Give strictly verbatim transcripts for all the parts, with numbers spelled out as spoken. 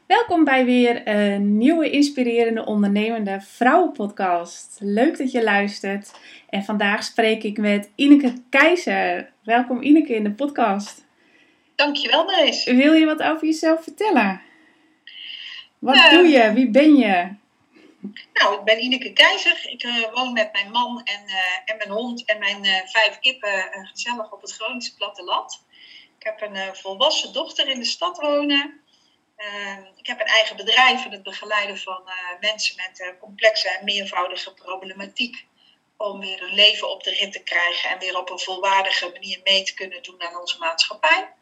Welkom bij weer een nieuwe inspirerende ondernemende vrouwenpodcast. Leuk dat je luistert. En vandaag spreek ik met Ineke Keizer. Welkom Ineke in de podcast. Dankjewel Mees. Wil je wat over jezelf vertellen? Wat uh, doe je? Wie ben je? Nou, ik ben Ineke Keizer. Ik uh, woon met mijn man en, uh, en mijn hond en mijn uh, vijf kippen uh, gezellig op het Groningse platteland. Ik heb een uh, volwassen dochter in de stad wonen. Uh, ik heb een eigen bedrijf en het begeleiden van uh, mensen met uh, complexe en meervoudige problematiek. Om weer hun leven op de rit te krijgen en weer op een volwaardige manier mee te kunnen doen aan onze maatschappij.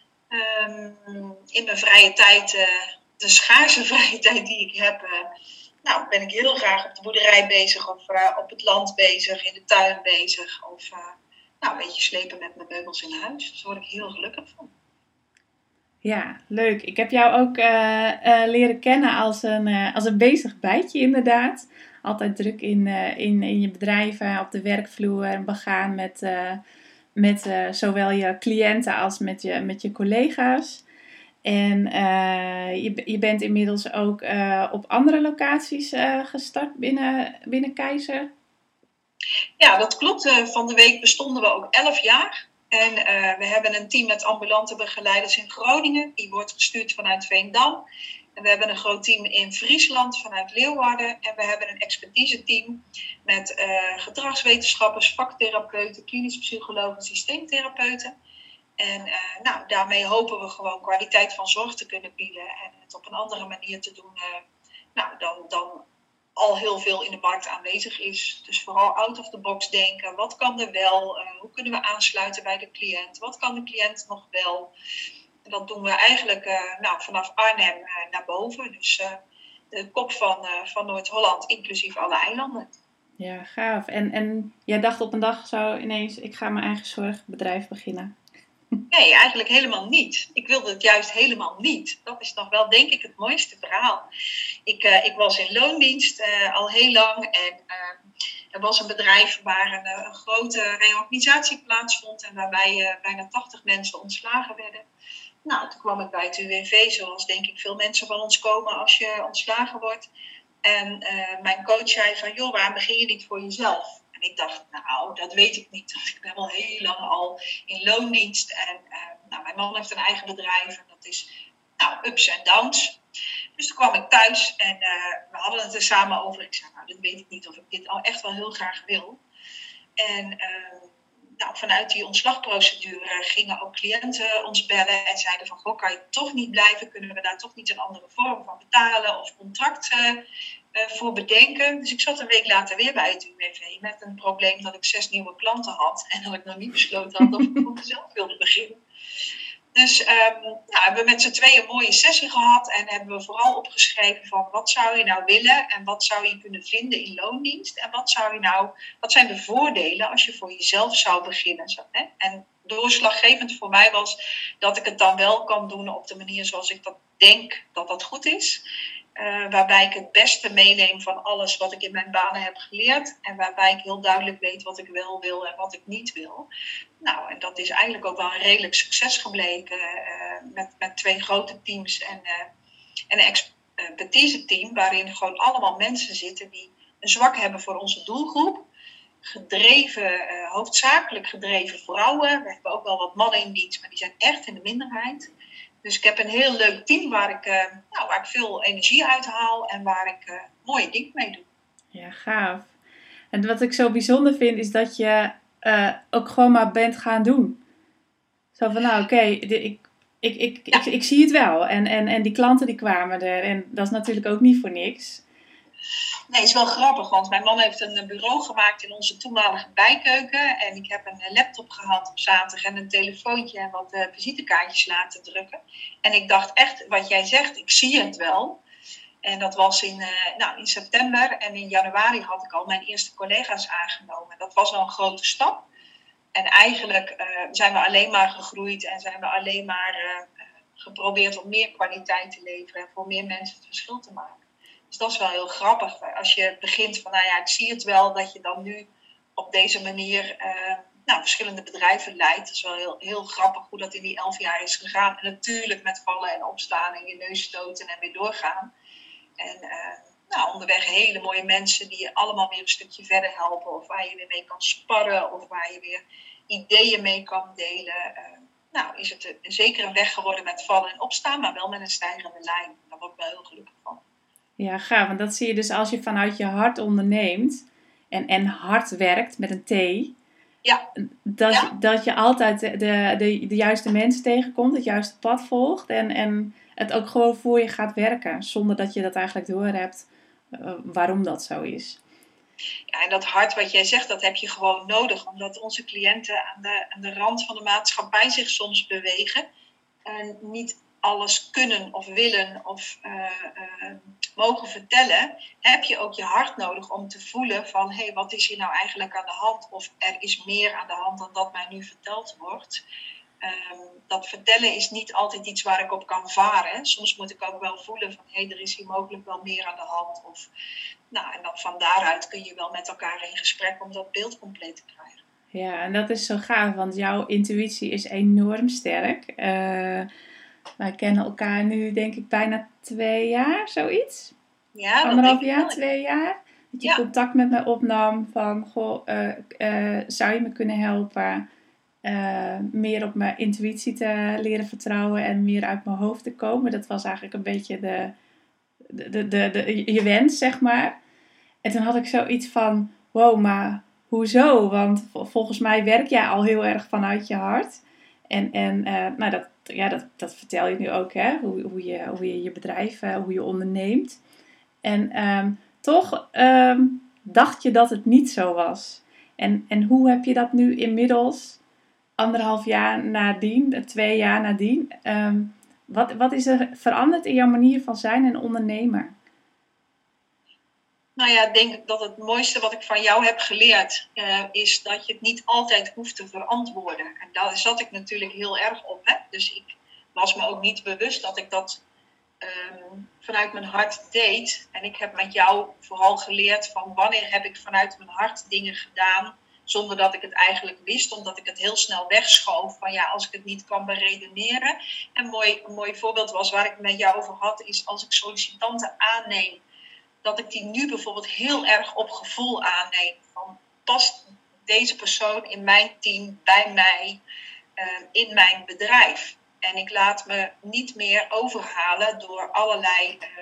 Um, in mijn vrije tijd, uh, de schaarse vrije tijd die ik heb, uh, nou, ben ik heel graag op de boerderij bezig of uh, op het land bezig, in de tuin bezig. Of uh, nou, een beetje slepen met mijn meubels in huis. Dus daar word ik heel gelukkig van. Ja, leuk. Ik heb jou ook uh, uh, leren kennen als een, uh, als een bezig bijtje inderdaad. Altijd druk in, uh, in, in je bedrijven, op de werkvloer, begaan met, uh, met uh, zowel je cliënten als met je, met je collega's. En uh, je, je bent inmiddels ook uh, op andere locaties uh, gestart binnen, binnen Keizer. Ja, dat klopt. Uh, van de week bestonden we ook elf jaar. En uh, we hebben een team met ambulante begeleiders in Groningen. Die wordt gestuurd vanuit Veendam. En we hebben een groot team in Friesland vanuit Leeuwarden. En we hebben een expertise-team met uh, gedragswetenschappers, vaktherapeuten, klinisch psychologen, systeemtherapeuten. En uh, nou, daarmee hopen we gewoon kwaliteit van zorg te kunnen bieden. En het op een andere manier te doen uh, nou, dan, dan al heel veel in de markt aanwezig is. Dus vooral out of the box denken. Wat kan er wel? Uh, hoe kunnen we aansluiten bij de cliënt? Wat kan de cliënt nog wel? En dat doen we eigenlijk uh, nou, vanaf Arnhem uh, naar boven. Dus uh, de kop van, uh, van Noord-Holland, inclusief alle eilanden. Ja, gaaf. En, en jij dacht op een dag zo ineens, ik ga mijn eigen zorgbedrijf beginnen. Nee, eigenlijk helemaal niet. Ik wilde het juist helemaal niet. Dat is nog wel, denk ik, het mooiste verhaal. Ik, uh, ik was in loondienst uh, al heel lang. En uh, er was een bedrijf waar een, een grote reorganisatie plaatsvond. En waarbij uh, bijna tachtig mensen ontslagen werden. Nou, toen kwam ik bij het U W V, zoals denk ik veel mensen van ons komen als je ontslagen wordt. En uh, mijn coach zei van, joh, waarom begin je niet voor jezelf? En ik dacht, nou, dat weet ik niet. Ik ben al heel lang al in loondienst. En uh, nou, mijn man heeft een eigen bedrijf. En dat is, nou, ups en downs. Dus toen kwam ik thuis en uh, we hadden het er samen over. Ik zei, nou, dat weet ik niet of ik dit al echt wel heel graag wil. En uh, nou, vanuit die ontslagprocedure gingen ook cliënten ons bellen. En zeiden van, goh, kan je toch niet blijven? Kunnen we daar toch niet een andere vorm van betalen of contract uh, Uh, voor bedenken. Dus ik zat een week later weer bij het U W V met een probleem dat ik zes nieuwe klanten had en dat ik nog niet besloten had of ik voor mezelf wilde beginnen. Dus um, nou, hebben we met z'n tweeën een mooie sessie gehad en hebben we vooral opgeschreven van wat zou je nou willen en wat zou je kunnen vinden in loondienst en wat zou je nou, wat zijn de voordelen als je voor jezelf zou beginnen. Zo, hè? En doorslaggevend voor mij was dat ik het dan wel kan doen op de manier zoals ik dat denk dat dat goed is. Uh, waarbij ik het beste meeneem van alles wat ik in mijn banen heb geleerd. En waarbij ik heel duidelijk weet wat ik wel wil en wat ik niet wil. Nou, en dat is eigenlijk ook wel een redelijk succes gebleken. Uh, met, met twee grote teams en, uh, en een expertise team. Waarin gewoon allemaal mensen zitten die een zwak hebben voor onze doelgroep. Gedreven, uh, hoofdzakelijk gedreven vrouwen. We hebben ook wel wat mannen in dienst, maar die zijn echt in de minderheid. Dus ik heb een heel leuk team waar ik, uh, nou, waar ik veel energie uit haal en waar ik uh, mooie dingen mee doe. Ja, gaaf. En wat ik zo bijzonder vind is dat je uh, ook gewoon maar bent gaan doen. Zo van, nou oké, okay, ik, ik, ik, ja. ik, ik zie het wel. En, en, en die klanten die kwamen er. En dat is natuurlijk ook niet voor niks. Nee, het is wel grappig, want mijn man heeft een bureau gemaakt in onze toenmalige bijkeuken. En ik heb een laptop gehad op zaterdag en een telefoontje en wat uh, visitekaartjes laten drukken. En ik dacht echt, wat jij zegt, ik zie het wel. En dat was in, uh, nou, in september en in januari had ik al mijn eerste collega's aangenomen. Dat was wel een grote stap. En eigenlijk uh, zijn we alleen maar gegroeid en zijn we alleen maar uh, geprobeerd om meer kwaliteit te leveren en voor meer mensen het verschil te maken. Dus dat is wel heel grappig. Als je begint van, nou ja, ik zie het wel, dat je dan nu op deze manier uh, nou, verschillende bedrijven leidt. Het is wel heel, heel grappig hoe dat in die elf jaar is gegaan. En natuurlijk met vallen en opstaan en je neus stoten en weer doorgaan. En uh, nou, onderweg hele mooie mensen die je allemaal weer een stukje verder helpen. Of waar je weer mee kan sparren. Of waar je weer ideeën mee kan delen. Uh, nou, is het een, zeker een weg geworden met vallen en opstaan. Maar wel met een stijgende lijn. Daar word ik wel heel gelukkig van. Ja, gaaf. Want dat zie je dus als je vanuit je hart onderneemt. En, en hard werkt met een T. Ja. Dat, ja. dat je altijd de, de, de, de juiste mensen tegenkomt. Het juiste pad volgt. En, en het ook gewoon voor je gaat werken. Zonder dat je dat eigenlijk doorhebt. Uh, waarom dat zo is. Ja, en dat hart wat jij zegt, dat heb je gewoon nodig. Omdat onze cliënten aan de, aan de rand van de maatschappij zich soms bewegen. En niet alles kunnen of willen of uh, uh, mogen vertellen. Heb je ook je hart nodig om te voelen van... hé, hey, wat is hier nou eigenlijk aan de hand? Of er is meer aan de hand dan dat mij nu verteld wordt. Um, dat vertellen is niet altijd iets waar ik op kan varen. Soms moet ik ook wel voelen van... hé, hey, er is hier mogelijk wel meer aan de hand. Of, nou, en dan van daaruit kun je wel met elkaar in gesprek om dat beeld compleet te krijgen. Ja, en dat is zo gaaf, want jouw intuïtie is enorm sterk. Uh, wij kennen elkaar nu denk ik bijna twee jaar, zoiets. Ja, Anderhalf jaar, twee jaar. Dat je ja. contact met mij opnam van, goh, uh, uh, zou je me kunnen helpen uh, meer op mijn intuïtie te leren vertrouwen en meer uit mijn hoofd te komen. Dat was eigenlijk een beetje de, de, de, de, de, je wens, zeg maar. En toen had ik zoiets van, wow, maar hoezo? Want volgens mij werk jij al heel erg vanuit je hart. En, en uh, nou, dat, ja, dat, dat vertel je nu ook, hè? Hoe, hoe, je, hoe je je bedrijf, uh, hoe je onderneemt. En um, toch um, dacht je dat het niet zo was. En, en hoe heb je dat nu inmiddels, anderhalf jaar nadien, twee jaar nadien, um, wat, wat is er veranderd in jouw manier van zijn en ondernemer? Nou ja, ik denk dat het mooiste wat ik van jou heb geleerd uh, is dat je het niet altijd hoeft te verantwoorden. En daar zat ik natuurlijk heel erg op. Hè? Dus ik was me ook niet bewust dat ik dat um, vanuit mijn hart deed. En ik heb met jou vooral geleerd van wanneer heb ik vanuit mijn hart dingen gedaan zonder dat ik het eigenlijk wist. Omdat ik het heel snel wegschoof van ja, als ik het niet kan beredeneren. En mooi, een mooi voorbeeld was waar ik het met jou over had is als ik sollicitanten aanneem. Dat ik die nu bijvoorbeeld heel erg op gevoel aanneem. Van, past deze persoon in mijn team, bij mij, uh, in mijn bedrijf? En ik laat me niet meer overhalen door allerlei uh,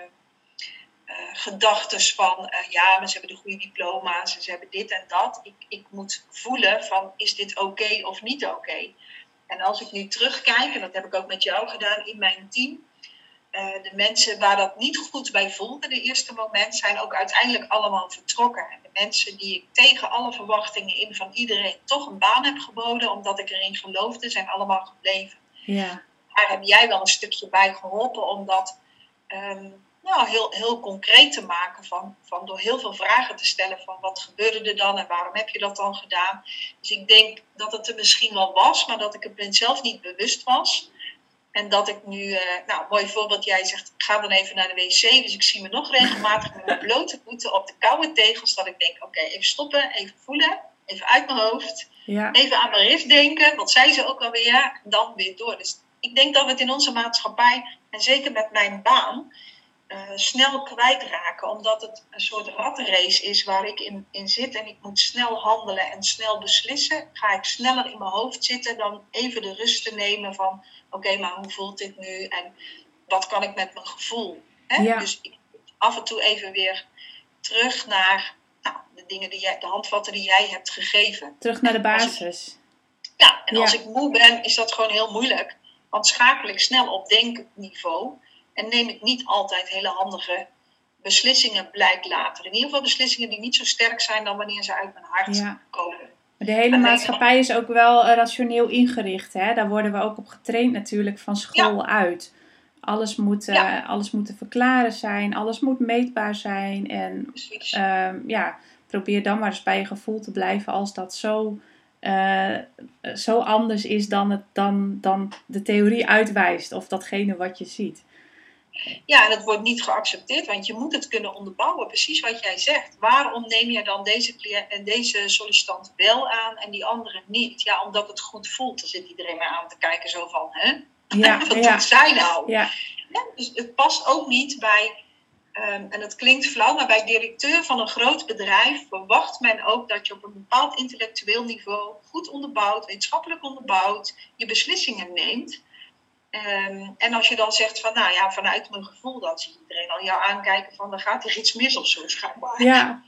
uh, gedachten van... Uh, ja, maar ze hebben de goede diploma's, ze hebben dit en dat. Ik, ik moet voelen van, is dit oké okay of niet oké? Okay? En als ik nu terugkijk, en dat heb ik ook met jou gedaan in mijn team... Uh, de mensen waar dat niet goed bij voelden, de eerste moment, zijn ook uiteindelijk allemaal vertrokken. En de mensen die ik tegen alle verwachtingen in van iedereen toch een baan heb geboden, omdat ik erin geloofde, zijn allemaal gebleven. Ja. Daar heb jij wel een stukje bij geholpen om dat um, nou, heel, heel concreet te maken. Van, van door heel veel vragen te stellen van wat gebeurde er dan en waarom heb je dat dan gedaan. Dus ik denk dat het er misschien wel was, maar dat ik het me zelf niet bewust was. En dat ik nu, uh, nou, mooi voorbeeld, jij zegt, ik ga dan even naar de wc. Dus ik zie me nog regelmatig met mijn blote voeten op de koude tegels. Dat ik denk, oké, okay, even stoppen, even voelen, even uit mijn hoofd. Ja. Even aan mijn rif denken, wat zei ze ook alweer, en dan weer door. Dus ik denk dat we het in onze maatschappij, en zeker met mijn baan, uh, snel kwijtraken. Omdat het een soort ratrace is waar ik in, in zit. En ik moet snel handelen en snel beslissen. Ga ik sneller in mijn hoofd zitten dan even de rust te nemen van... Oké, okay, maar hoe voelt dit nu? En wat kan ik met mijn gevoel? Hè? Ja. Dus ik af en toe even weer terug naar nou, de dingen die jij, de handvatten die jij hebt gegeven. Terug naar de basis. Ik, ja, en ja. als ik moe ben, is dat gewoon heel moeilijk. Want schakel ik snel op denkniveau en neem ik niet altijd hele handige beslissingen, blijkt later. In ieder geval beslissingen die niet zo sterk zijn dan wanneer ze uit mijn hart ja. komen. Maar de hele en maatschappij is ook wel rationeel ingericht. Hè? Daar worden we ook op getraind natuurlijk van school ja. uit. Alles moet, uh, ja. alles moet te verklaren zijn. Alles moet meetbaar zijn. En uh, ja, probeer dan maar eens bij je gevoel te blijven als dat zo, uh, zo anders is dan, het, dan, dan de theorie uitwijst. Of datgene wat je ziet. Ja, en het wordt niet geaccepteerd, want je moet het kunnen onderbouwen. Precies wat jij zegt. Waarom neem je dan deze, cliënt, en deze sollicitant wel aan en die andere niet? Ja, omdat het goed voelt. Dan zit iedereen maar aan te kijken zo van, hè? Ja, wat ja. doet zij nou? Ja. Ja, dus het past ook niet bij, um, en het klinkt flauw, maar bij directeur van een groot bedrijf verwacht men ook dat je op een bepaald intellectueel niveau goed onderbouwd, wetenschappelijk onderbouwd, je beslissingen neemt. Um, en als je dan zegt van, nou ja, vanuit mijn gevoel, dan ziet iedereen al jou aankijken van, dan gaat er iets mis of zo, schijnbaar. Ja.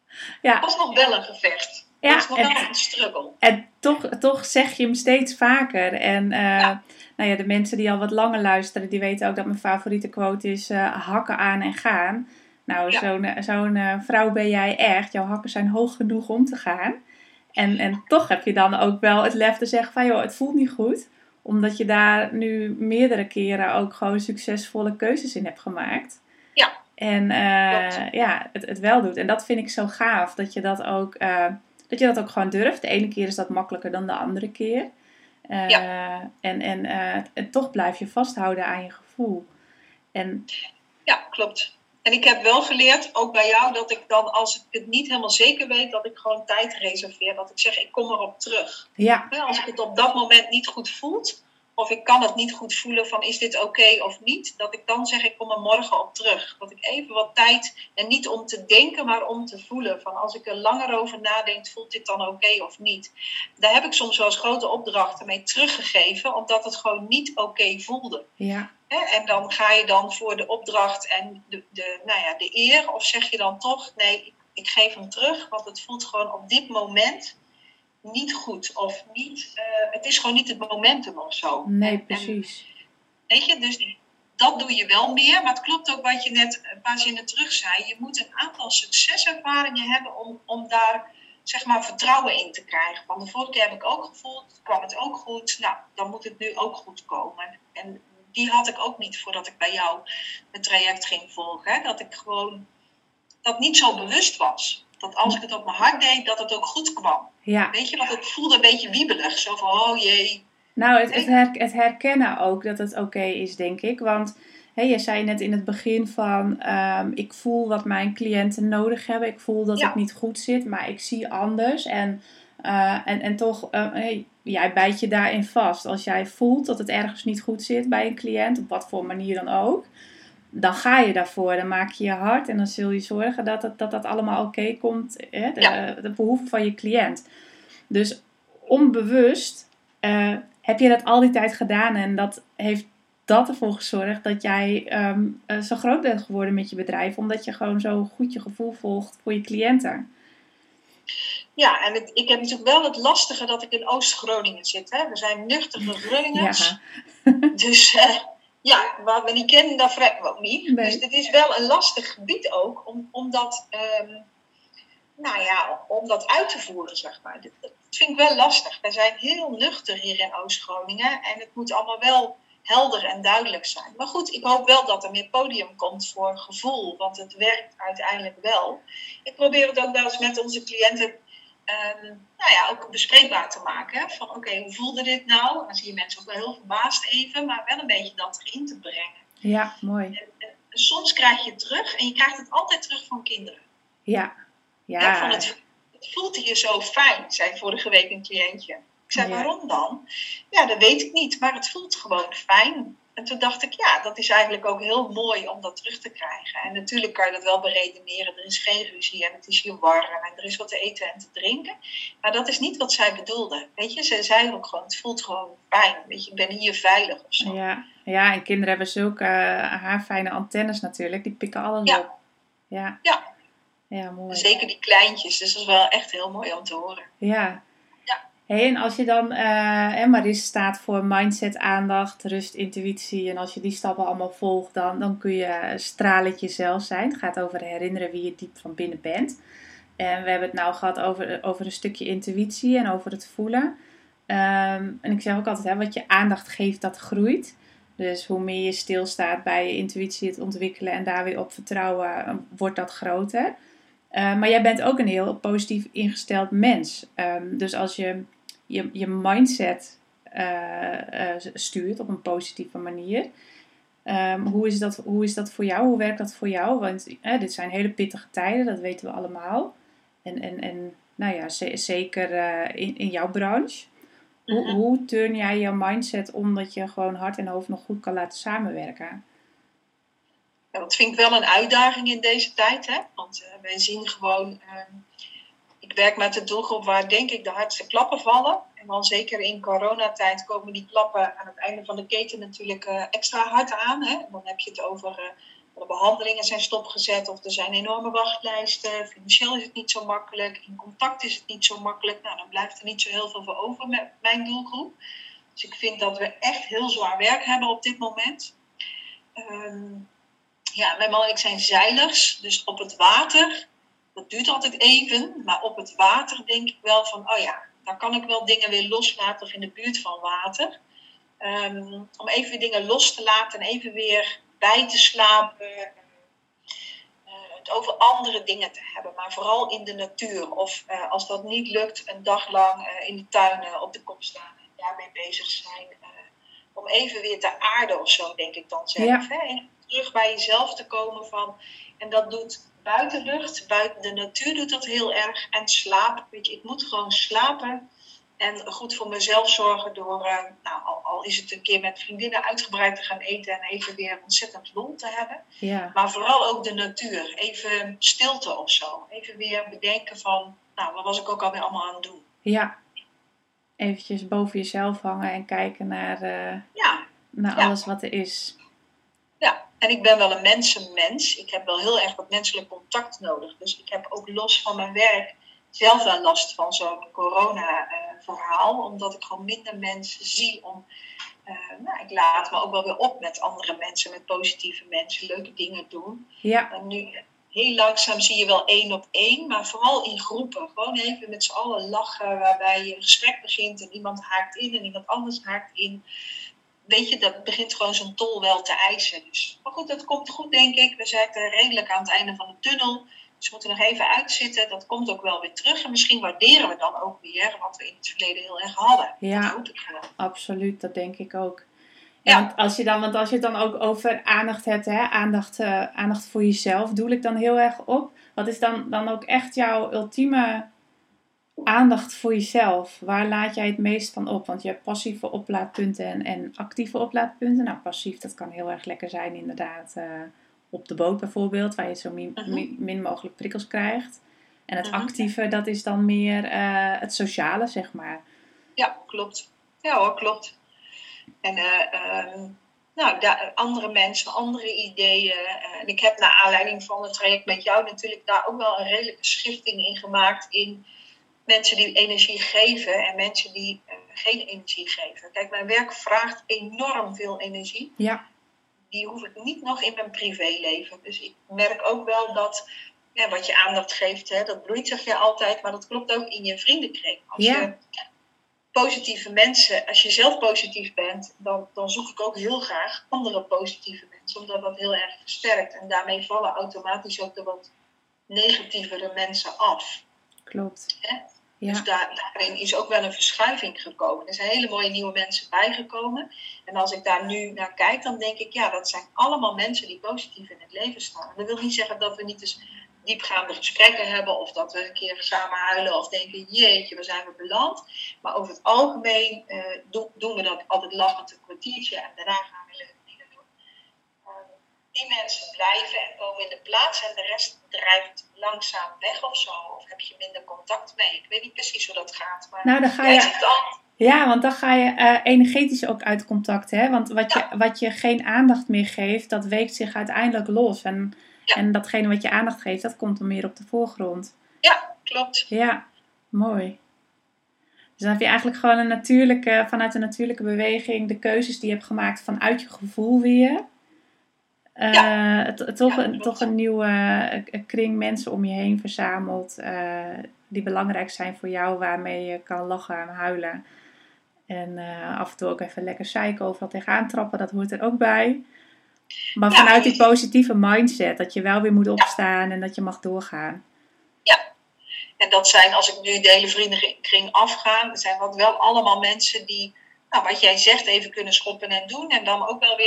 Ja. Dat is nog wel een gevecht. Ja, dat is nog en, wel een struggle. En toch, toch zeg je hem steeds vaker. En uh, ja. Nou ja, de mensen die al wat langer luisteren, die weten ook dat mijn favoriete quote is uh, hakken aan en gaan. Nou, ja. zo'n, zo'n uh, vrouw ben jij echt. Jouw hakken zijn hoog genoeg om te gaan. En, en toch heb je dan ook wel het lef te zeggen van, joh, het voelt niet goed. Omdat je daar nu meerdere keren ook gewoon succesvolle keuzes in hebt gemaakt. Ja. En uh, ja, het, het wel doet. En dat vind ik zo gaaf, dat je dat ook, uh, dat je dat ook gewoon durft. De ene keer is dat makkelijker dan de andere keer. Uh, ja. En, en, uh, en toch blijf je vasthouden aan je gevoel. En, ja, klopt. En ik heb wel geleerd, ook bij jou, dat ik dan, als ik het niet helemaal zeker weet, dat ik gewoon tijd reserveer. Dat ik zeg, ik kom erop terug. Ja. Ja, als ik het op dat moment niet goed voelt, of ik kan het niet goed voelen van, is dit oké okay of niet? Dat ik dan zeg, ik kom er morgen op terug. Dat ik even wat tijd, en niet om te denken, maar om te voelen. Van als ik er langer over nadenk, voelt dit dan oké okay of niet? Daar heb ik soms wel eens grote opdrachten mee teruggegeven, omdat het gewoon niet oké okay voelde. Ja. En dan ga je dan voor de opdracht en de, de, nou ja, de eer, of zeg je dan toch, nee, ik, ik geef hem terug, want het voelt gewoon op dit moment niet goed. Of niet, uh, het is gewoon niet het momentum of zo. Nee, precies. En, weet je, dus dat doe je wel meer, maar het klopt ook wat je net een paar zinnen terug zei. Je moet een aantal succeservaringen hebben om, om daar, zeg maar, vertrouwen in te krijgen. Van de vorige keer heb ik ook gevoeld, kwam het ook goed, nou, dan moet het nu ook goed komen. En die had ik ook niet voordat ik bij jou het traject ging volgen. Hè? Dat ik gewoon dat niet zo bewust was. Dat als ik het op mijn hart deed, dat het ook goed kwam. Ja. Weet je, want het voelde een beetje wiebelig. Zo van, oh jee. Nou, het, het, her, het herkennen ook dat het oké okay is, denk ik. Want hé, je zei net in het begin van, um, ik voel wat mijn cliënten nodig hebben. Ik voel dat ja. het niet goed zit, maar ik zie anders. En, uh, en, en toch, uh, hey, jij bijt je daarin vast. Als jij voelt dat het ergens niet goed zit bij een cliënt, op wat voor manier dan ook, dan ga je daarvoor. Dan maak je je hard en dan zul je zorgen dat dat, dat, dat allemaal oké okay komt. Hè? De, ja. de behoeften van je cliënt. Dus onbewust uh, heb je dat al die tijd gedaan. En dat heeft dat ervoor gezorgd dat jij um, uh, zo groot bent geworden met je bedrijf. Omdat je gewoon zo goed je gevoel volgt voor je cliënten. Ja, en het, ik heb natuurlijk wel het lastige dat ik in Oost-Groningen zit. Hè? We zijn nuchtere Groningers. Ja. Dus uh, ja, waar we niet kennen, daar vrekken we ook niet. Nee. Dus het is wel een lastig gebied ook. Om, om, dat, um, nou ja, om dat uit te voeren, zeg maar. Dat, dat vind ik wel lastig. We zijn heel nuchter hier in Oost-Groningen. En het moet allemaal wel helder en duidelijk zijn. Maar goed, ik hoop wel dat er meer podium komt voor gevoel. Want het werkt uiteindelijk wel. Ik probeer het ook wel eens met onze cliënten Um, nou ja, ook bespreekbaar te maken. Hè? Van oké, okay, hoe voelde dit nou? En dan zie je mensen ook wel heel verbaasd even, maar wel een beetje dat erin te brengen. Ja, mooi. En, en, en soms krijg je het terug en je krijgt het altijd terug van kinderen. Ja. Ja. Ja, van het, het voelt hier zo fijn, zei vorige week een cliëntje. Ik zei, ja. Waarom dan? Ja, dat weet ik niet, maar het voelt gewoon fijn. En toen dacht ik, ja, dat is eigenlijk ook heel mooi om dat terug te krijgen. En natuurlijk kan je dat wel beredeneren. Er is geen ruzie en het is hier warm en er is wat te eten en te drinken. Maar dat is niet wat zij bedoelde. Weet je, ze zei ook gewoon, het voelt gewoon fijn. Weet je, ik ben hier veilig of zo. Ja, ja, en kinderen hebben zulke uh, haarfijne antennes natuurlijk. Die pikken alles ja. op. Ja. Ja. Ja, mooi. Zeker die kleintjes. Dus dat is wel echt heel mooi om te horen. Ja. Hey, en als je dan, uh, Maris staat voor mindset, aandacht, rust, intuïtie. En als je die stappen allemaal volgt, dan, dan kun je stralend jezelf zijn. Het gaat over herinneren wie je diep van binnen bent. En we hebben het nou gehad over, over een stukje intuïtie en over het voelen. Um, en ik zeg ook altijd, hè, wat je aandacht geeft, dat groeit. Dus hoe meer je stilstaat bij je intuïtie, het ontwikkelen en daar weer op vertrouwen, wordt dat groter. Uh, maar jij bent ook een heel positief ingesteld mens. Um, dus als je je, je mindset uh, uh, stuurt op een positieve manier, Um, hoe, is dat, hoe is dat voor jou? Hoe werkt dat voor jou? Want eh, dit zijn hele pittige tijden, dat weten we allemaal. En, en, en nou ja, z- zeker uh, in, in jouw branche. Hoe, Mhm. hoe turn jij jouw mindset om dat je gewoon hart en hoofd nog goed kan laten samenwerken? Ja, dat vind ik wel een uitdaging in deze tijd. Hè? Want uh, wij zien gewoon... Uh, ik werk met de doelgroep waar denk ik de hardste klappen vallen. En dan zeker in coronatijd komen die klappen aan het einde van de keten natuurlijk uh, extra hard aan. Hè? En dan heb je het over... Uh, de behandelingen zijn stopgezet of er zijn enorme wachtlijsten. Financieel is het niet zo makkelijk. In contact is het niet zo makkelijk. Nou, dan blijft er niet zo heel veel voor over met mijn doelgroep. Dus ik vind dat we echt heel zwaar werk hebben op dit moment. Um, ja, mijn man en ik zijn zeilers. Dus op het water, dat duurt altijd even. Maar op het water denk ik wel van, oh ja, daar kan ik wel dingen weer loslaten of in de buurt van water. Um, om even weer dingen los te laten en even weer bij te slapen. Uh, het over andere dingen te hebben, maar vooral in de natuur. Of uh, als dat niet lukt, een dag lang uh, in de tuin uh, op de kop staan en daarmee bezig zijn. Uh, om even weer te aarden of zo, denk ik dan zelf. Ja. Hè? En terug bij jezelf te komen van. En dat doet buitenlucht, buiten de natuur doet dat heel erg. En slaap, weet je, ik moet gewoon slapen. En goed voor mezelf zorgen door, uh, nou, al, al is het een keer met vriendinnen uitgebreid te gaan eten en even weer ontzettend lol te hebben. Ja. Maar vooral ook de natuur. Even stilte of zo. Even weer bedenken van, nou, wat was ik ook alweer allemaal aan het doen? Ja. Eventjes boven jezelf hangen en kijken naar, uh, ja. naar ja. alles wat er is. Ja, en ik ben wel een mensenmens. Ik heb wel heel erg wat menselijk contact nodig. Dus ik heb ook los van mijn werk zelf wel last van zo'n corona-verhaal. Uh, omdat ik gewoon minder mensen zie. Om, uh, nou, ik laat me ook wel weer op met andere mensen, met positieve mensen, leuke dingen doen. Ja. En nu, heel langzaam zie je wel één op één, maar vooral in groepen. Gewoon even met z'n allen lachen, waarbij je een gesprek begint en iemand haakt in en iemand anders haakt in. Weet je, dat begint gewoon zijn tol wel te eisen. Dus, maar goed, dat komt goed, denk ik. We zitten redelijk aan het einde van de tunnel. Dus we moeten nog even uitzitten. Dat komt ook wel weer terug. En misschien waarderen we dan ook weer wat we in het verleden heel erg hadden. Ja, dat hoop ik gewoon. Absoluut. Dat denk ik ook. Ja, Ja. Want, als je dan, want als je het dan ook over aandacht hebt, hè, aandacht, uh, aandacht voor jezelf, doe ik dan heel erg op. Wat is dan, dan ook echt jouw ultieme aandacht voor jezelf? Waar laat jij het meest van op? Want je hebt passieve oplaadpunten en, en actieve oplaadpunten. Nou, passief, dat kan heel erg lekker zijn inderdaad. Uh, op de boot bijvoorbeeld, waar je zo min, Uh-huh. min, min mogelijk prikkels krijgt. En het Uh-huh. actieve, dat is dan meer uh, het sociale, zeg maar. Ja, klopt. Ja hoor, klopt. En uh, um, nou, da- andere mensen, andere ideeën. Uh, en ik heb naar aanleiding van het traject met jou natuurlijk daar ook wel een redelijke schifting in gemaakt in mensen die energie geven en mensen die uh, geen energie geven. Kijk, mijn werk vraagt enorm veel energie. Ja. Die hoef ik niet nog in mijn privéleven. Dus ik merk ook wel dat ja, wat je aandacht geeft, hè, dat bloeit, zeg je altijd, maar dat klopt ook in je vriendenkring. Als Ja. je positieve mensen, als je zelf positief bent, dan, dan zoek ik ook heel graag andere positieve mensen, omdat dat heel erg versterkt. En daarmee vallen automatisch ook de wat negatievere mensen af. Klopt. Hè? Ja. Dus daar, daarin is ook wel een verschuiving gekomen. Er zijn hele mooie nieuwe mensen bijgekomen. En als ik daar nu naar kijk, dan denk ik, ja, dat zijn allemaal mensen die positief in het leven staan. Dat wil niet zeggen dat we niet eens diepgaande gesprekken hebben of dat we een keer samen huilen of denken, jeetje, waar zijn we beland? Maar over het algemeen uh, do, doen we dat altijd lachend een kwartiertje en daarna gaan we leuke dingen doen. Uh, die mensen blijven en komen in de plaats en de rest drijft langzaam weg of zo. Of heb je minder contact mee? Ik weet niet precies hoe dat gaat. Maar nou, dan ga jij je... zegt al... Ja, want dan ga je uh, energetisch ook uit contact, hè? Want wat, ja. je, wat je geen aandacht meer geeft, dat weekt zich uiteindelijk los. En, ja. en datgene wat je aandacht geeft, dat komt dan meer op de voorgrond. Ja, klopt. Ja, mooi. Dus dan heb je eigenlijk gewoon een natuurlijke, vanuit een natuurlijke beweging de keuzes die je hebt gemaakt vanuit je gevoel weer. Uh, ja. het, het, toch, ja, toch een nieuwe uh, kring mensen om je heen verzameld. Uh, die belangrijk zijn voor jou, waarmee je kan lachen en huilen. En uh, af en toe ook even lekker zeiken, overal tegenaan trappen, dat hoort er ook bij. Maar ja, vanuit die positieve mindset, dat je wel weer moet opstaan ja. en dat je mag doorgaan. Ja, en dat zijn, als ik nu de hele vriendenkring afga, dat zijn wat wel allemaal mensen die, nou, wat jij zegt, even kunnen schoppen en doen. En dan ook wel weer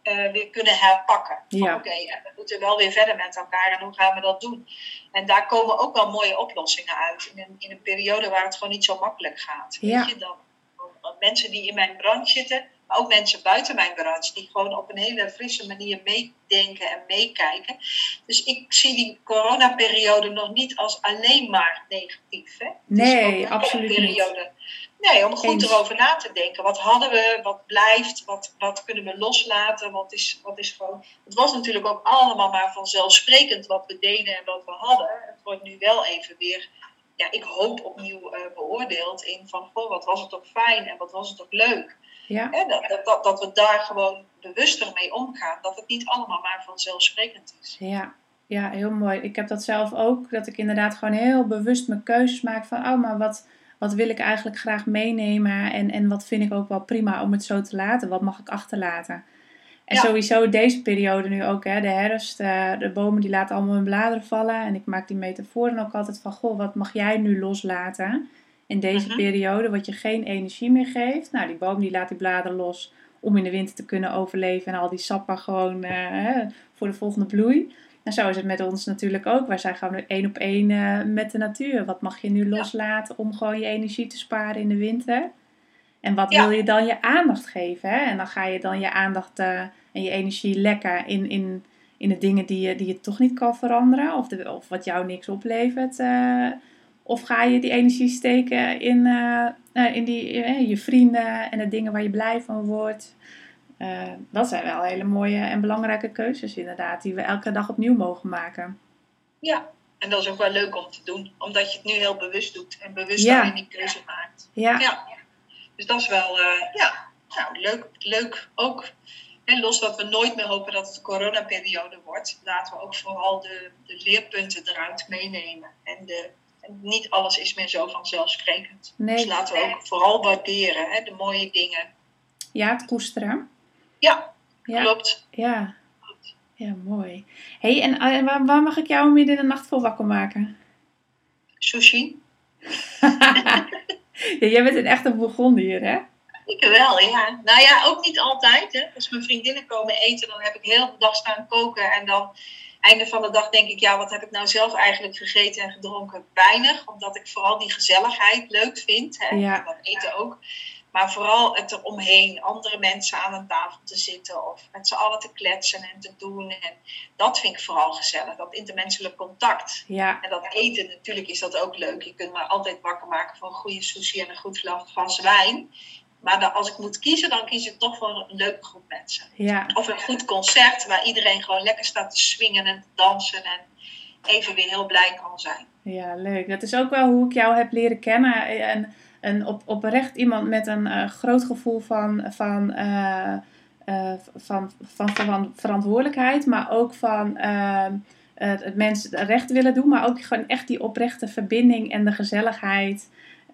uh, weer kunnen herpakken. Ja. Oké, okay, we moeten wel weer verder met elkaar en hoe gaan we dat doen? En daar komen ook wel mooie oplossingen uit. In een, in een periode waar het gewoon niet zo makkelijk gaat. Ja. Weet je, dan, dan mensen die in mijn branche zitten, maar ook mensen buiten mijn branche, die gewoon op een hele frisse manier meedenken en meekijken. Dus ik zie die coronaperiode nog niet als alleen maar negatief. Hè? Nee, absoluut periode. niet. Nee, om goed Eens. erover na te denken. Wat hadden we, wat blijft, wat, wat kunnen we loslaten, wat is, wat is gewoon... Het was natuurlijk ook allemaal maar vanzelfsprekend wat we deden en wat we hadden. Het wordt nu wel even weer, ja, ik hoop opnieuw uh, beoordeeld in van, goh, wat was het toch fijn en wat was het toch leuk. Ja. Hè, dat, dat, dat we daar gewoon bewuster mee omgaan. Dat het niet allemaal maar vanzelfsprekend is. Ja. Ja, heel mooi. Ik heb dat zelf ook, dat ik inderdaad gewoon heel bewust mijn keuzes maak van, oh, maar wat... Wat wil ik eigenlijk graag meenemen en, en wat vind ik ook wel prima om het zo te laten? Wat mag ik achterlaten? En ja. Sowieso deze periode nu ook, hè, de herfst, uh, de bomen die laten allemaal hun bladeren vallen. En ik maak die metaforen ook altijd van, goh, wat mag jij nu loslaten in deze uh-huh. periode wat je geen energie meer geeft? Nou, die boom die laat die bladeren los om in de winter te kunnen overleven en al die sappen gewoon uh, hè, voor de volgende bloei. En zo is het met ons natuurlijk ook. Wij zijn gewoon één op één uh, met de natuur. Wat mag je nu loslaten om gewoon je energie te sparen in de winter? En wat ja. wil je dan je aandacht geven? Hè? En dan ga je dan je aandacht uh, en je energie lekker in, in, in de dingen die je, die je toch niet kan veranderen. Of, de, of wat jou niks oplevert. Uh, of ga je die energie steken in, uh, uh, in die, uh, je vrienden en de dingen waar je blij van wordt. Uh, dat zijn wel hele mooie en belangrijke keuzes inderdaad, die we elke dag opnieuw mogen maken. Ja, en dat is ook wel leuk om te doen, omdat je het nu heel bewust doet en bewust ja. daarin die keuze maakt. Ja. ja. Dus dat is wel, uh, ja, nou, leuk, leuk ook. En los dat we nooit meer hopen dat het de coronaperiode wordt, laten we ook vooral de, de leerpunten eruit meenemen. En, de, en niet alles is meer zo vanzelfsprekend. Nee. Dus laten we ook vooral waarderen, hè, de mooie dingen. Ja, het koesteren. Ja, ja, klopt. Ja, ja, mooi. Hey, en uh, waar, waar mag ik jou midden in de nacht voor wakker maken? Sushi. Ja, jij bent een echte Bourgondier, hè? Ik wel, ja. Nou ja, ook niet altijd. Hè. Als mijn vriendinnen komen eten, dan heb ik heel de dag staan koken. En dan, einde van de dag, denk ik, ja, wat heb ik nou zelf eigenlijk gegeten en gedronken? Weinig, omdat ik vooral die gezelligheid leuk vind. Hè. Ja. Dat eten ook. Maar vooral het eromheen, andere mensen aan een tafel te zitten of met z'n allen te kletsen en te doen. En dat vind ik vooral gezellig, dat intermenselijk contact. Ja. En dat eten, natuurlijk is dat ook leuk. Je kunt me altijd wakker maken voor een goede sushi en een goed glas wijn. Maar dan, als ik moet kiezen, dan kies ik toch voor een leuke groep mensen. Ja. Of een goed concert waar iedereen gewoon lekker staat te swingen en te dansen en even weer heel blij kan zijn. Ja, leuk. Dat is ook wel hoe ik jou heb leren kennen. En En op, oprecht iemand met een uh, groot gevoel van, van, uh, uh, van, van, van verantwoordelijkheid. Maar ook van uh, het mensen recht willen doen. Maar ook gewoon echt die oprechte verbinding en de gezelligheid.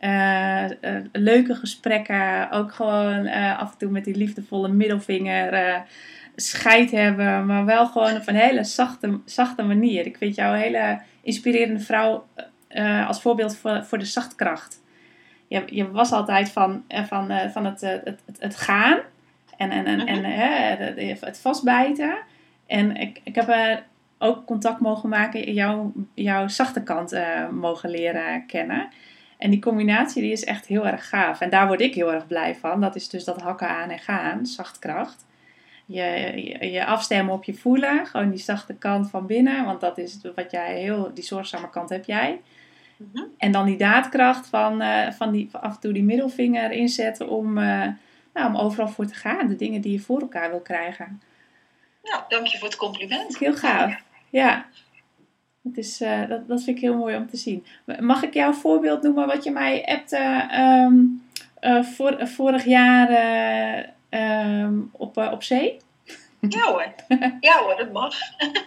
Uh, uh, leuke gesprekken. Ook gewoon uh, af en toe met die liefdevolle middelvinger. Uh, scheid hebben. Maar wel gewoon op een hele zachte, zachte manier. Ik vind jou een hele inspirerende vrouw uh, als voorbeeld voor, voor de zachtkracht. Je, je was altijd van, van, van het, het, het, het gaan en, en, en, en uh, het vastbijten. En ik, ik heb uh, ook contact mogen maken, jouw, jouw zachte kant uh, mogen leren kennen. En die combinatie die is echt heel erg gaaf. En daar word ik heel erg blij van. Dat is dus dat hakken aan en gaan, zachtkracht. Je, je, je afstemmen op je voelen, gewoon die zachte kant van binnen. Want dat is wat jij heel, die zorgzame kant heb jij. Mm-hmm. En dan die daadkracht van, uh, van, die, van af en toe die middelvinger inzetten om, uh, nou, om overal voor te gaan. De dingen die je voor elkaar wil krijgen. Nou, dank je voor het compliment. Heel gaaf. Ja. Dat, is, uh, dat, dat vind ik heel mooi om te zien. Mag ik jou een voorbeeld noemen wat je mij appte um, uh, vor, uh, vorig jaar uh, um, op, uh, op zee? Ja hoor. Ja hoor, dat mag.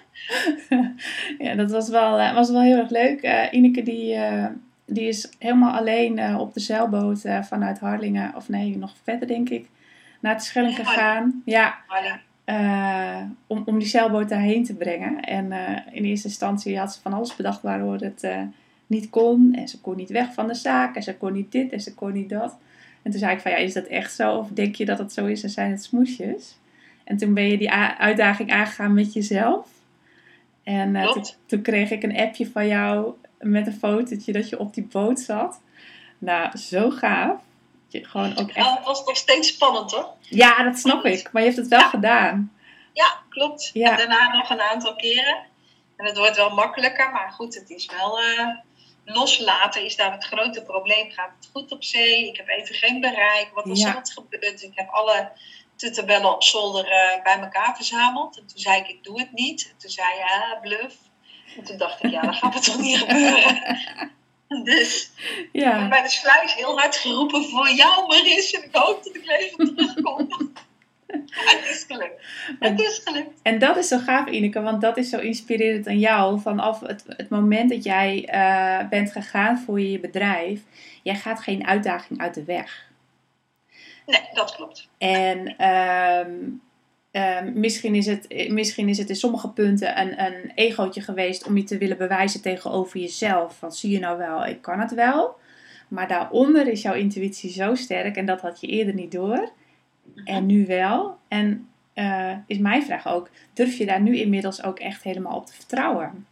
Ja, dat was wel, uh, was wel heel erg leuk. Uh, Ineke die, uh, die is helemaal alleen uh, op de zeilboot uh, vanuit Harlingen, of nee, nog verder denk ik, naar het Schelling gegaan. Ja, uh, om, om die zeilboot daarheen te brengen. En uh, in eerste instantie had ze van alles bedacht waardoor het uh, niet kon. En ze kon niet weg van de zaak. En ze kon niet dit en ze kon niet dat. En toen zei ik van, ja, is dat echt zo? Of denk je dat het zo is en zijn het smoesjes? En En toen ben je die a- uitdaging aangegaan met jezelf. En uh, toen, toen kreeg ik een appje van jou met een fotootje dat je op die boot zat. Nou, zo gaaf. Je gewoon ook echt... Ja, het was nog steeds spannend, hoor. Ja, dat snap ik. Maar je hebt het wel ja. gedaan. Ja, klopt. Ja. En daarna nog een aantal keren. En het wordt wel makkelijker. Maar goed, het is wel... Uh, loslaten is daar het grote probleem. Gaat het goed op zee? Ik heb even geen bereik. Wat is er wat gebeurd? Ik heb alle tuttenbellen op zolder uh, bij elkaar verzameld. En toen zei ik, ik doe het niet. En toen zei je, ja, bluff. En toen dacht ik, ja, dat gaat het toch niet gebeuren. Dus ja. Ik heb bij de sluis heel hard geroepen voor jou, Maris. En ik hoop dat ik leven terugkom. Het is gelukt. Het is gelukt. En dat is zo gaaf, Ineke, want dat is zo inspirerend aan jou. Vanaf het, het moment dat jij uh, bent gegaan voor je bedrijf, jij gaat geen uitdaging uit de weg. Nee, dat klopt. En um, um, misschien, is het, misschien is het in sommige punten een, een egootje geweest om je te willen bewijzen tegenover jezelf. Van zie je nou wel, ik kan het wel. Maar daaronder is jouw intuïtie zo sterk en dat had je eerder niet door. En nu wel. En uh, is mijn vraag ook, durf je daar nu inmiddels ook echt helemaal op te vertrouwen?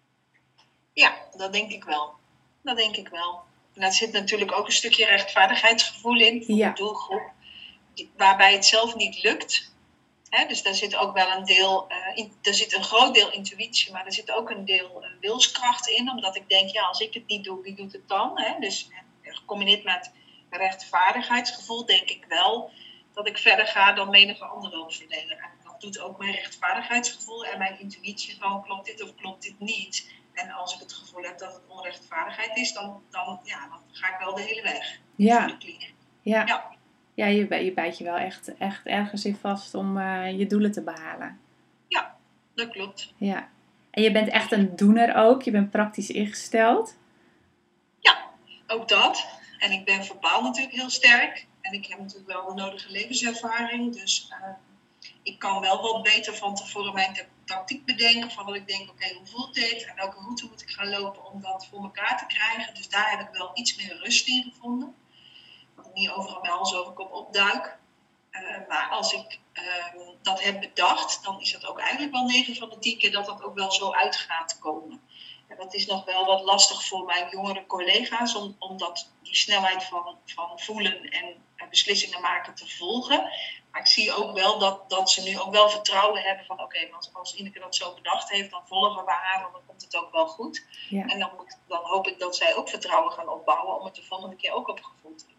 Ja, dat denk ik wel. Dat denk ik wel. En daar zit natuurlijk ook een stukje rechtvaardigheidsgevoel in voor ja. de doelgroep. Waarbij het zelf niet lukt. Hè, dus daar zit ook wel een deel, uh, in, er zit een groot deel intuïtie, maar er zit ook een deel uh, wilskracht in. Omdat ik denk, ja, als ik het niet doe, wie doet het dan? Hè? Dus gecombineerd met rechtvaardigheidsgevoel denk ik wel dat ik verder ga dan menige andere hulpverlener. En dat doet ook mijn rechtvaardigheidsgevoel en mijn intuïtie van klopt dit of klopt dit niet. En als ik het gevoel heb dat het onrechtvaardigheid is, dan, dan, ja, dan ga ik wel de hele weg. Ja, ja. ja. ja je, je bijt je wel echt, echt ergens in vast om uh, je doelen te behalen. Ja, dat klopt. Ja. En je bent echt een doener ook, je bent praktisch ingesteld. Ja, ook dat. En ik ben verbaal natuurlijk heel sterk. En ik heb natuurlijk wel de nodige levenservaring. Dus uh, ik kan wel wat beter van tevoren mijn t- tactiek bedenken. Van dat ik denk, oké, okay, hoe voelt dit? En welke route moet ik gaan lopen om dat voor elkaar te krijgen? Dus daar heb ik wel iets meer rust in gevonden. Dat ik niet overal mijn hals over kop opduik. Uh, maar als ik uh, dat heb bedacht, dan is het ook eigenlijk wel negen van de tien keer dat dat ook wel zo uit gaat komen. En dat is nog wel wat lastig voor mijn jongere collega's, om, om dat, die snelheid van, van voelen en uh, beslissingen maken te volgen. Maar ik zie ook wel dat, dat ze nu ook wel vertrouwen hebben van oké, okay, als, als Ineke dat zo bedacht heeft, dan volgen we haar, dan komt het ook wel goed. Ja. En dan, moet, dan hoop ik dat zij ook vertrouwen gaan opbouwen om het de volgende keer ook op gevoel te doen.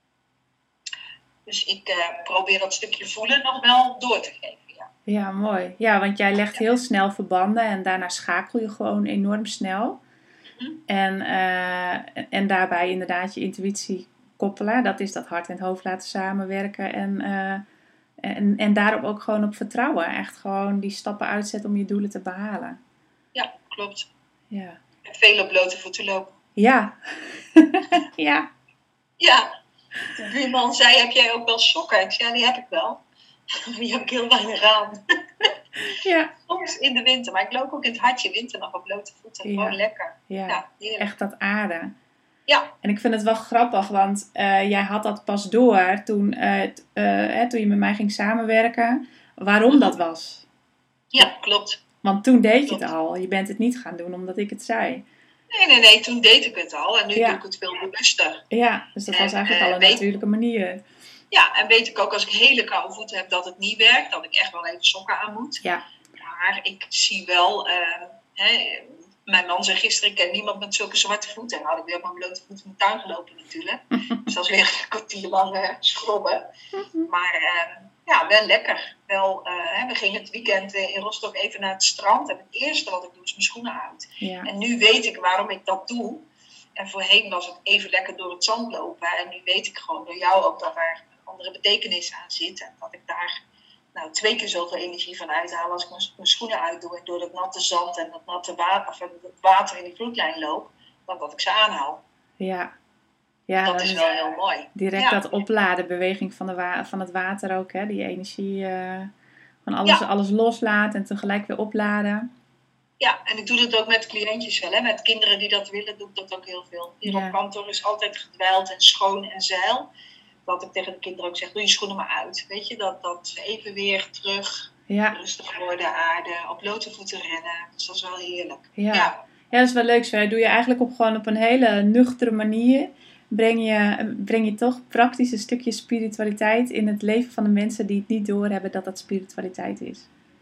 Dus ik uh, probeer dat stukje voelen nog wel door te geven. Ja, ja mooi. Ja, want jij legt heel snel verbanden en daarna schakel je gewoon enorm snel. Mm-hmm. En, uh, en daarbij inderdaad je intuïtie koppelen. Dat is dat hart en het hoofd laten samenwerken. En, uh, en, en daarop ook gewoon op vertrouwen. Echt gewoon die stappen uitzetten om je doelen te behalen. Ja, klopt. Ja. En veel op blote voeten lopen. Ja. ja. Ja. De buurman zei, heb jij ook wel sokken? Ik zei, ja, die heb ik wel. Die heb ik heel weinig aan. Ja. Soms in de winter, maar ik loop ook in het hartje winter nog op blote voeten. Ja. Gewoon lekker. Ja, ja echt dat aarde. Ja. En ik vind het wel grappig, want uh, jij had dat pas door toen, uh, t, uh, hè, toen je met mij ging samenwerken, waarom dat was. Ja, klopt. Want toen deed klopt. je het al. Je bent het niet gaan doen omdat ik het zei. Nee, nee, nee. Toen deed ik het al. En nu ja. doe ik het veel bewuster. Ja, dus dat en, was eigenlijk uh, al een weet, natuurlijke manier. Ja, en weet ik ook als ik hele koude voeten heb dat het niet werkt. Dat ik echt wel even sokken aan moet. Ja. Maar ik zie wel... Uh, hè, mijn man zei gisteren, ik ken niemand met zulke zwarte voeten. En had ik weer op mijn blote voeten in de tuin gelopen natuurlijk. Dus dat is weer een kwartier lang uh, schrobben. Maar uh, ja, wel lekker. Wel, uh, hè, we gingen het weekend uh, in Rostock even naar het strand. En het eerste wat ik doe is mijn schoenen uit. Ja. En nu weet ik waarom ik dat doe. En voorheen was het even lekker door het zand lopen. En nu weet ik gewoon door jou ook dat daar een andere betekenis aan zit. En dat ik daar nou, twee keer zoveel energie van uithaal als ik mijn, mijn schoenen uitdoe. En door dat natte zand en dat natte water, of het water in die vloedlijn loop. Dan dat ik ze aanhaal. Ja. Ja, dat is wel heel mooi. Direct ja. dat opladen, beweging van, de wa- van het water ook. Hè? Die energie uh, van alles, ja. alles loslaten en tegelijk weer opladen. Ja, en ik doe dat ook met cliëntjes wel. Hè? Met kinderen die dat willen, doe ik dat ook heel veel. Hier ja. op kantoor is altijd gedwijld en schoon en zeil. dat ik tegen de kinderen ook zeg, doe je schoenen maar uit. Weet je, dat, dat ze even weer terug Ja. rustig worden, aarde, op blote voeten rennen. Dus dat is wel heerlijk. Ja, Ja. ja, dat is wel leuk. Zo doe je eigenlijk op, gewoon op een hele nuchtere manier. Breng je, breng je toch praktisch een stukje spiritualiteit in het leven van de mensen die het niet doorhebben dat dat spiritualiteit is.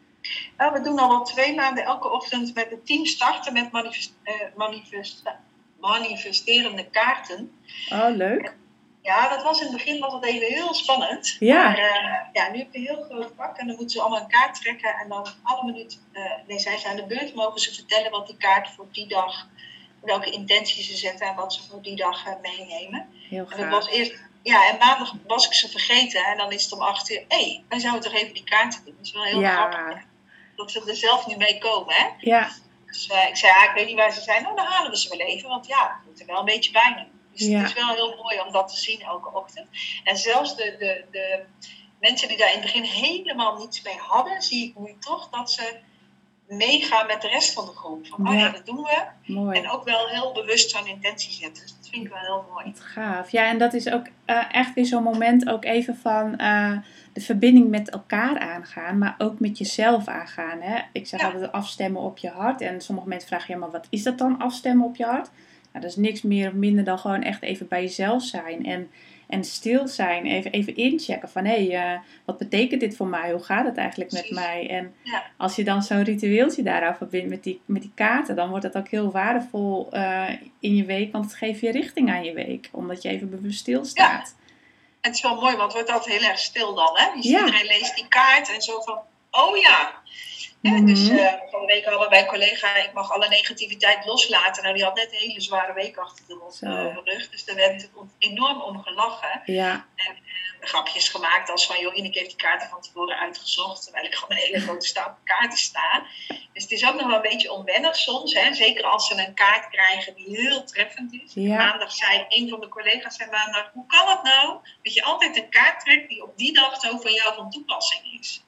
Nou, we doen al wel twee maanden elke ochtend met het team starten met manifest, uh, manifest, manifesterende kaarten. Oh, leuk. Ja, dat was in het begin was het even heel spannend. Ja. Maar uh, ja, nu heb je een heel groot pak en dan moeten ze allemaal een kaart trekken. En dan alle minuut, uh, nee, zij zijn aan de beurt, mogen ze vertellen wat die kaart voor die dag, welke intenties ze zetten en wat ze voor die dag uh, meenemen. Heel gaaf. En dat was eerst, ja, en maandag was ik ze vergeten en dan is het om acht uur, hé, hey, wij zouden toch even die kaarten doen. Dat is wel heel ja. grappig. Dat ze er zelf nu mee komen, hè? Ja. Dus uh, ik zei, ja, ik weet niet waar ze zijn. Nou, dan halen we ze wel even, want ja, we moeten er wel een beetje bij nu. Dus ja. Het is wel heel mooi om dat te zien elke ochtend. En zelfs de, de, de mensen die daar in het begin helemaal niets mee hadden, zie ik nu toch dat ze meegaan met de rest van de groep. Van, oh ja, ja dat doen we. Mooi. En ook wel heel bewust zo'n intentie zetten. Dus dat vind ik wel heel mooi. Wat gaaf. Ja, en dat is ook uh, echt weer zo'n moment ook even van uh, de verbinding met elkaar aangaan, maar ook met jezelf aangaan. Hè? Ik zeg ja. altijd afstemmen op je hart. En sommige mensen vragen, ja, maar wat is dat dan, afstemmen op je hart? Nou, dat is niks meer of minder dan gewoon echt even bij jezelf zijn. En, en stil zijn. Even, even inchecken van, hé, hey, uh, wat betekent dit voor mij? Hoe gaat het eigenlijk met Precies. mij? En ja. als je dan zo'n ritueeltje daaraan verbindt met die, met die kaarten, dan wordt dat ook heel waardevol uh, in je week. Want het geeft je richting aan je week. Omdat je even bewust stilstaat. Ja. En het is wel mooi, want het wordt altijd heel erg stil dan. Hè? Dus ja. Iedereen leest die kaart en zo van, oh ja... Ja, Mm-hmm. dus uh, van de week hadden wij een collega, ik mag alle negativiteit loslaten. Nou, die had net een hele zware week achter de rug. Dus daar werd enorm om gelachen. Ja. En uh, grapjes gemaakt als van, joh, Ineke heeft die kaarten van tevoren uitgezocht. Terwijl ik gewoon een hele grote stapel kaarten sta. Dus het is ook nog wel een beetje onwennig soms. Hè? Zeker als ze een kaart krijgen die heel treffend is. Ja. Maandag zei een van de collega's, zei maandag, hoe kan het nou dat je altijd een kaart trekt die op die dag zo voor jou van toepassing is?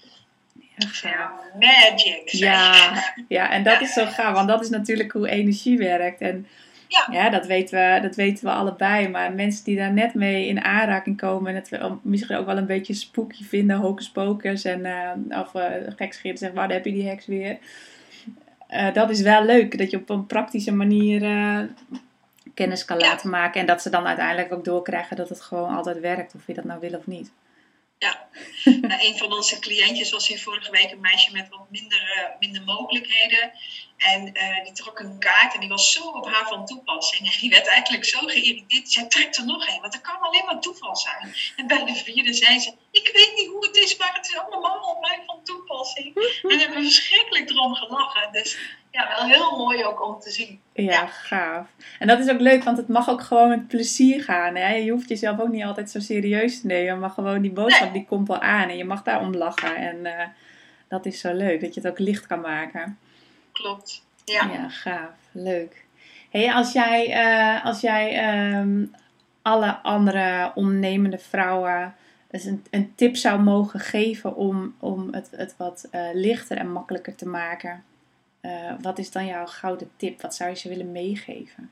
Ja, ja, magic. Ja, ja, en dat ja. is zo gaaf, want dat is natuurlijk hoe energie werkt. En ja, ja dat, weten we, dat weten we allebei. Maar mensen die daar net mee in aanraking komen en het we misschien ook wel een beetje spooky vinden, hocus pocus en uh, of uh, gekscherend zeggen, waar heb je die heks weer? Uh, dat is wel leuk, dat je op een praktische manier uh, kennis kan ja. laten maken. En dat ze dan uiteindelijk ook doorkrijgen dat het gewoon altijd werkt, of je dat nou wil of niet. Ja, nou, een van onze cliëntjes was hier vorige week een meisje met wat minder, uh, minder mogelijkheden. En uh, die trok een kaart en die was zo op haar van toepassing. En die werd eigenlijk zo geïrriteerd. Zij trekt er nog een, want dat kan alleen maar toeval zijn. En bij de vierde zei ze, ik weet niet hoe het is, maar het is allemaal op mij van toepassing. En we hebben verschrikkelijk erom gelachen. Dus ja, wel heel mooi ook om te zien. Ja, ja, gaaf. En dat is ook leuk, want het mag ook gewoon met plezier gaan. Hè? Je hoeft jezelf ook niet altijd zo serieus te nemen. Maar gewoon die boodschap, nee. die komt wel aan. En je mag daarom lachen. En uh, dat is zo leuk, dat je het ook licht kan maken. Klopt, ja. Ja, gaaf. Leuk. Hey, als jij, uh, als jij um, alle andere ondernemende vrouwen dus een, een tip zou mogen geven om, om het, het wat uh, lichter en makkelijker te maken... Uh, wat is dan jouw gouden tip? Wat zou je ze willen meegeven?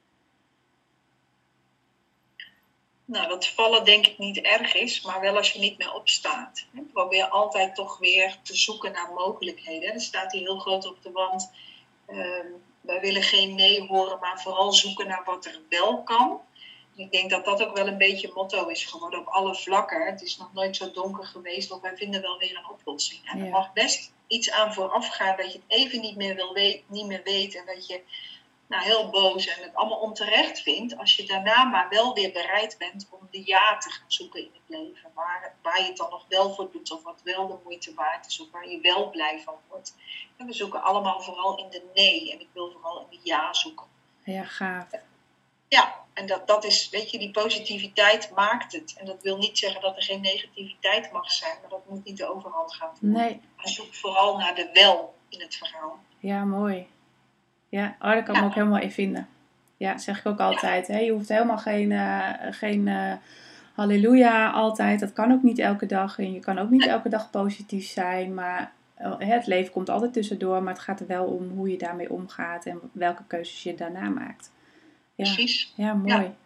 Nou, dat vallen denk ik niet erg is, maar wel als je niet meer opstaat. Probeer altijd toch weer te zoeken naar mogelijkheden. Er staat hier heel groot op de wand. Uh, wij willen geen nee horen, maar vooral zoeken naar wat er wel kan. En ik denk dat dat ook wel een beetje een motto is geworden op alle vlakken. Het is nog nooit zo donker geweest, of wij vinden wel weer een oplossing. En ja. er mag best iets aan vooraf gaan dat je het even niet meer, wil weet, niet meer weet. En dat je nou, heel boos en het allemaal onterecht vindt. Als je daarna maar wel weer bereid bent om de ja te gaan zoeken in het leven. Waar, waar je het dan nog wel voor doet. Of wat wel de moeite waard is. Of waar je wel blij van wordt. En we zoeken allemaal vooral in de nee. En ik wil vooral in de ja zoeken. Ja, gaaf. Ja, en dat, dat is, weet je, die positiviteit maakt het. En dat wil niet zeggen dat er geen negativiteit mag zijn. Maar dat moet niet de overhand gaan voeren. Nee. Maar zoek vooral naar de wel in het verhaal. Ja, mooi. Ja, oh, daar kan ik ja. me ook helemaal in vinden. Ja, zeg ik ook altijd. Ja. Hè? Je hoeft helemaal geen, uh, geen uh, halleluja altijd. Dat kan ook niet elke dag. En je kan ook niet nee. elke dag positief zijn. Maar uh, het leven komt altijd tussendoor. Maar het gaat er wel om hoe je daarmee omgaat. En welke keuzes je daarna maakt. Ja. Precies. Ja, mooi. Ja.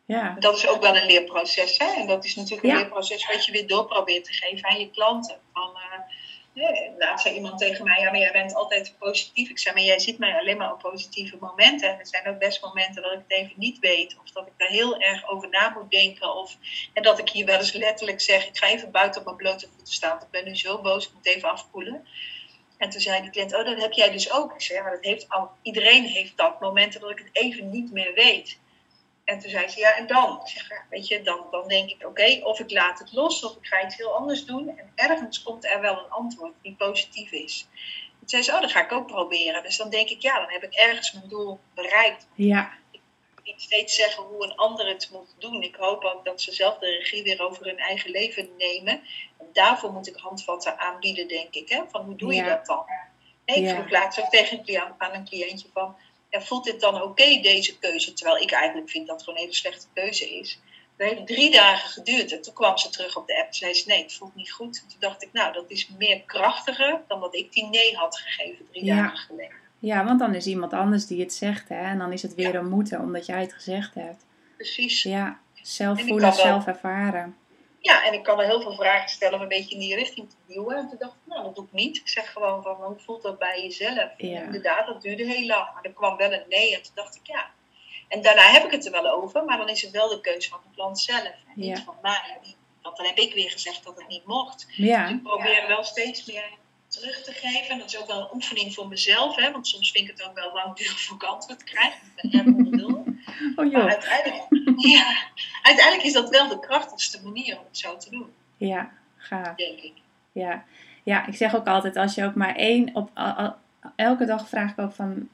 Ja. Dat is ook wel een leerproces. Hè? En dat is natuurlijk een Ja. leerproces wat je weer door probeert te geven aan je klanten. Van, uh, nee, laatst zei iemand tegen mij, ja, maar jij bent altijd positief. Ik zei, maar jij ziet mij alleen maar op positieve momenten. En er zijn ook best momenten dat ik het even niet weet. Of dat ik daar heel erg over na moet denken. Of en dat ik hier wel eens letterlijk zeg, ik ga even buiten op mijn blote voeten staan. Ik ben nu zo boos, ik moet even afkoelen. En toen zei die cliënt, oh, dat heb jij dus ook. Ik zei, ja, maar dat heeft al, iedereen heeft dat. Momenten dat ik het even niet meer weet. En toen zei ze, ja, en dan? Ik zeg, ja, weet je, dan, dan denk ik, oké, okay, of ik laat het los, of ik ga iets heel anders doen. En ergens komt er wel een antwoord die positief is. Toen zei ze, oh, dat ga ik ook proberen. Dus dan denk ik, ja, dan heb ik ergens mijn doel bereikt. Ja. Ik moet niet steeds zeggen hoe een ander het moet doen. Ik hoop ook dat ze zelf de regie weer over hun eigen leven nemen. En daarvoor moet ik handvatten aanbieden, denk ik. Hè? Van, hoe doe je Ja. dat dan? Nee, ik Ja. vroeg laatst ook tegen een cliënt, aan een cliëntje van... Ja, voelt dit dan oké, okay, deze keuze? Terwijl ik eigenlijk vind dat het gewoon een hele slechte keuze is. Dat heeft drie dagen geduurd. En toen kwam ze terug op de app en zei ze, nee, het voelt niet goed. En toen dacht ik, nou, dat is meer krachtiger dan dat ik die nee had gegeven drie Ja. dagen geleden. Ja, want dan is iemand anders die het zegt, hè. En dan is het weer Ja. een moeten, omdat jij het gezegd hebt. Precies. Ja, zelf En ik voelen, kan wel- zelf ervaren. Ja, en ik kan wel heel veel vragen stellen om een beetje in die richting te duwen. En toen dacht ik, nou, dat doe ik niet. Ik zeg gewoon van, hoe voelt dat bij jezelf? Ja. En inderdaad, dat duurde heel lang. Maar er kwam wel een nee. En toen dacht ik, ja. En daarna heb ik het er wel over. Maar dan is het wel de keuze van de klant zelf. En niet Ja. van mij. Want dan heb ik weer gezegd dat het niet mocht. Dus Ja, ik probeer wel steeds meer terug te geven. En dat is ook wel een oefening voor mezelf. Hè? Want soms vind ik het ook wel langdurig voor ik antwoord krijg. Ik ben erg ongeduldig. oh Maar joh. uiteindelijk, ja, uiteindelijk is dat wel de krachtigste manier om het zo te doen. Ja, gaaf. Denk ik. Ja. Ja, ik zeg ook altijd, als je ook maar één op... a- a- elke dag vraag ik ook van...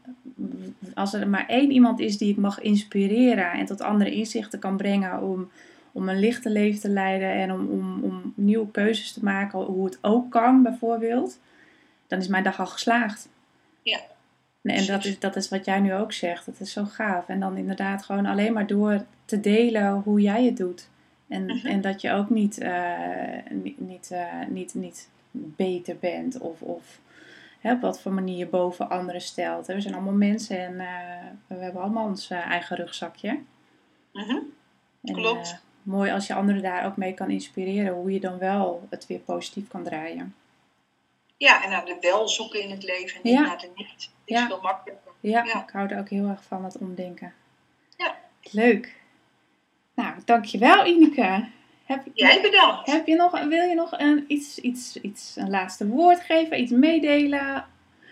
Als er maar één iemand is die ik mag inspireren en tot andere inzichten kan brengen om, om een lichte leven te leiden en om, om, om nieuwe keuzes te maken, hoe het ook kan bijvoorbeeld, dan is mijn dag al geslaagd. Ja. En dat is, dat is wat jij nu ook zegt. Dat is zo gaaf. En dan inderdaad gewoon alleen maar door te delen hoe jij het doet. En, Mhm. en dat je ook niet, uh, niet, niet, uh, niet, niet beter bent of, of hè, op wat voor manier je boven anderen stelt. We zijn allemaal mensen en uh, we hebben allemaal ons uh, eigen rugzakje. Mhm. En, Klopt. Uh, mooi als je anderen daar ook mee kan inspireren. Hoe je dan wel het weer positief kan draaien. Ja, en naar de wel zoeken in het leven en niet Ja. naar de niet. Dat is Ja. veel makkelijker. Ja, Ja. ik hou er ook heel erg van, het omdenken. Ja. Leuk. Nou, dankjewel Ineke. Heb, Jij bedankt. heb je nog, wil je nog een, iets, iets, iets, een laatste woord geven? Iets meedelen?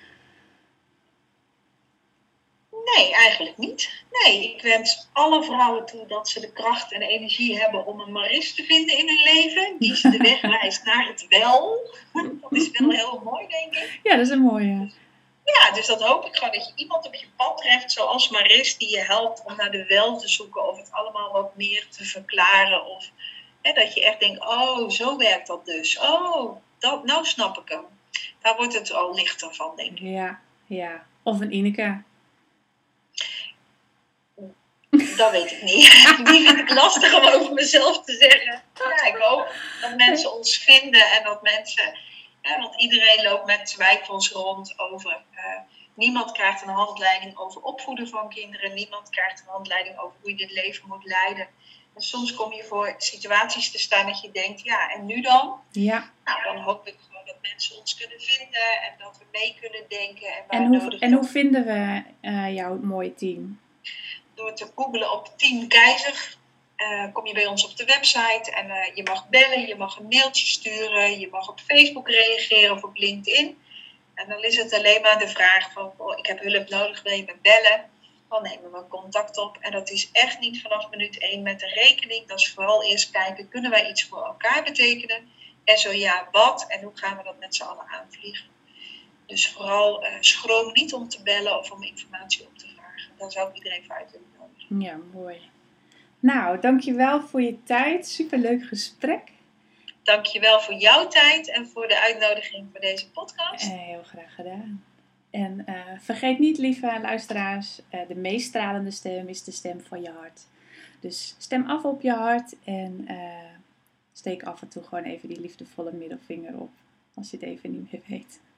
Nee, eigenlijk niet. Nee, ik wens alle vrouwen toe dat ze de kracht en de energie hebben om een Maris te vinden in hun leven. Die ze de weg wijst naar het wel. Dat is wel heel mooi, denk ik. Ja, dat is een mooie. Ja, dus dat hoop ik gewoon, dat je iemand op je pad treft zoals Maris, die je helpt om naar de wel te zoeken of het allemaal wat meer te verklaren. Of hè, dat je echt denkt, oh, zo werkt dat dus. Oh, dat, nou snap ik hem. Daar wordt het al lichter van, denk ik. Ja, ja. Of een Ineke. Dat weet ik niet. Die vind ik lastig om over mezelf te zeggen. Ja, ik hoop dat mensen ons vinden en dat mensen... Ja, want iedereen loopt met twijfels rond over... Uh, niemand krijgt een handleiding over opvoeden van kinderen. Niemand krijgt een handleiding over hoe je dit leven moet leiden. En soms kom je voor situaties te staan dat je denkt... Ja, en nu dan? Ja. Nou, dan hoop ik gewoon dat mensen ons kunnen vinden en dat we mee kunnen denken. En, en, hoe, en hoe vinden we uh, jouw mooie team? Door te googlen op Team Keizer uh, kom je bij ons op de website en uh, je mag bellen, je mag een mailtje sturen, je mag op Facebook reageren of op LinkedIn. En dan is het alleen maar de vraag van, oh, ik heb hulp nodig, wil je me bellen? Dan nemen we contact op. En dat is echt niet vanaf minuut één met een rekening. Dat is vooral eerst kijken, kunnen wij iets voor elkaar betekenen? En zo ja, wat? En hoe gaan we dat met z'n allen aanvliegen? Dus vooral uh, schroom niet om te bellen of om informatie op te vragen. Daar zou ik iedereen voor uit willen nodigen. Ja, mooi. Nou, dankjewel voor je tijd. Superleuk gesprek. Dankjewel voor jouw tijd en voor de uitnodiging voor deze podcast. Uh, heel graag gedaan. En uh, vergeet niet, lieve luisteraars, uh, de meest stralende stem is de stem van je hart. Dus stem af op je hart en uh, steek af en toe gewoon even die liefdevolle middelvinger op. Als je het even niet meer weet.